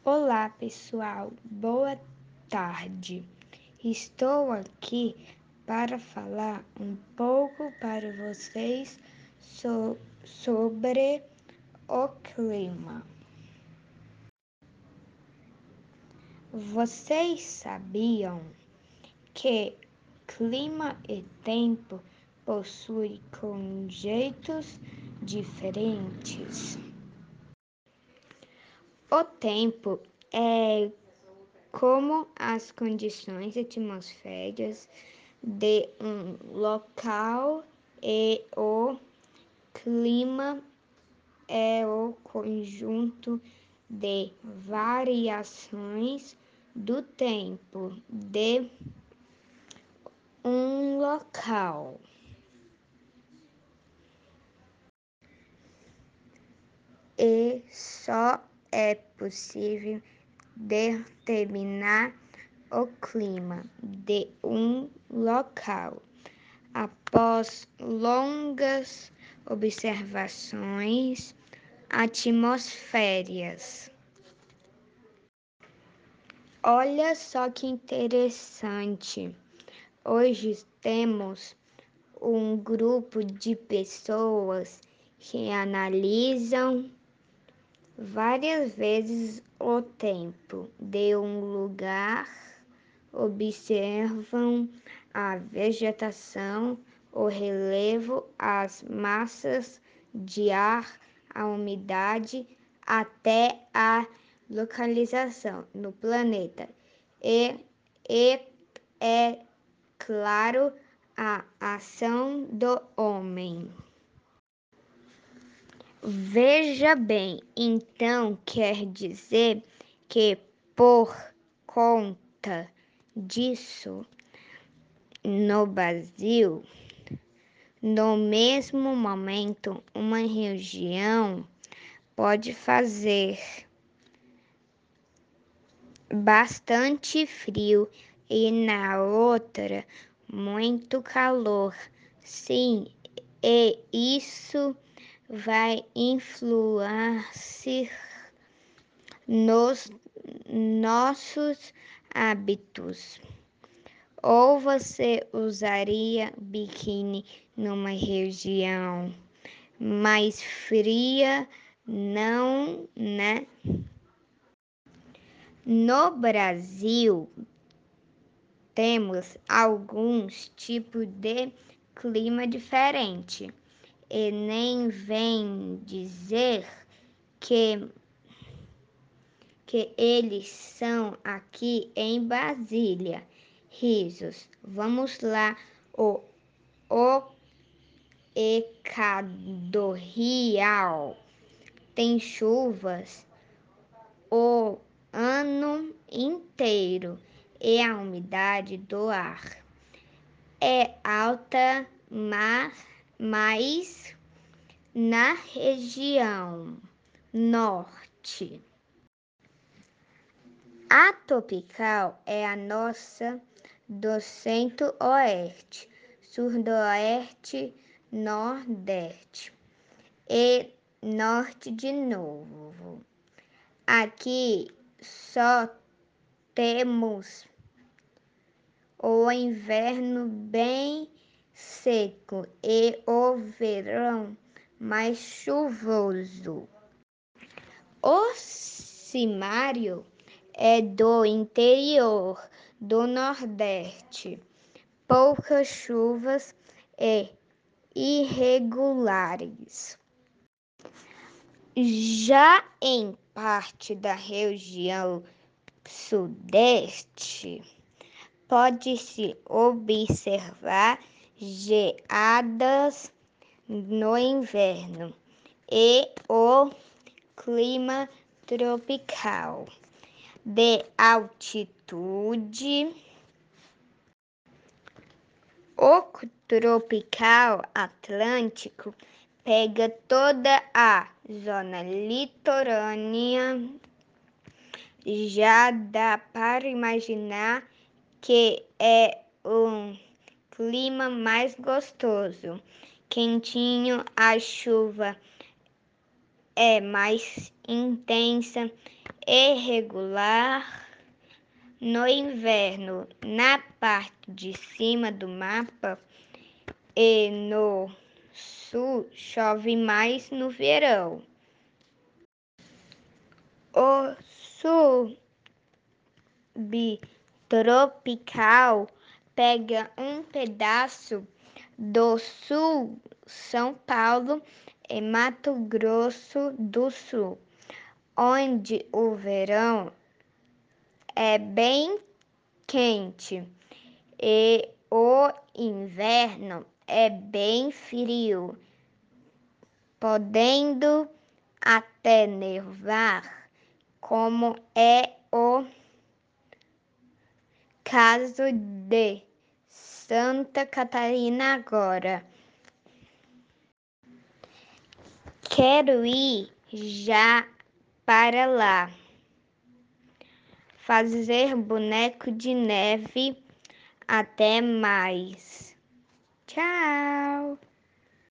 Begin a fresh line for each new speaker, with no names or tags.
Olá, pessoal. Boa tarde. Estou aqui para falar um pouco para vocês sobre o clima. Vocês sabiam que clima e tempo possuem conceitos diferentes? O tempo é como as condições atmosféricas de um local e o clima é o conjunto de variações do tempo de um local. E só é possível determinar o clima de um local após longas observações atmosféricas. Olha só que interessante. Hoje temos um grupo de pessoas que analisam várias vezes o tempo de um lugar, observam a vegetação, o relevo, as massas de ar, a umidade, até a localização no planeta. E é claro, a ação do homem. Veja bem, então quer dizer que por conta disso, no Brasil, no mesmo momento, uma região pode fazer bastante frio e na outra muito calor. Sim, e isso vai influenciar nos nossos hábitos. Ou você usaria biquíni numa região mais fria? Não, né? No Brasil, temos alguns tipos de clima diferente e nem vem dizer que eles são aqui em Brasília. Risos. Vamos lá. O equatorial tem chuvas o ano inteiro e a umidade do ar é alta, mas na região norte. A tropical é a nossa do centro-oeste, sudoeste, nordeste e norte de novo. Aqui só temos o inverno bem seco e o verão mais chuvoso. O cimário é do interior do Nordeste, poucas chuvas e irregulares. Já em parte da região Sudeste, pode-se observar geadas no inverno e o clima tropical de altitude. O tropical atlântico pega toda a zona litorânea. Já dá para imaginar que é um clima mais gostoso, quentinho, a chuva é mais intensa e regular no inverno na parte de cima do mapa e no sul chove mais no verão. O subtropical pega um pedaço do sul, São Paulo e Mato Grosso do Sul, onde o verão é bem quente e o inverno é bem frio, podendo até nevar, como é o caso de Santa Catarina agora. Quero ir já para lá, fazer boneco de neve. Até mais. Tchau!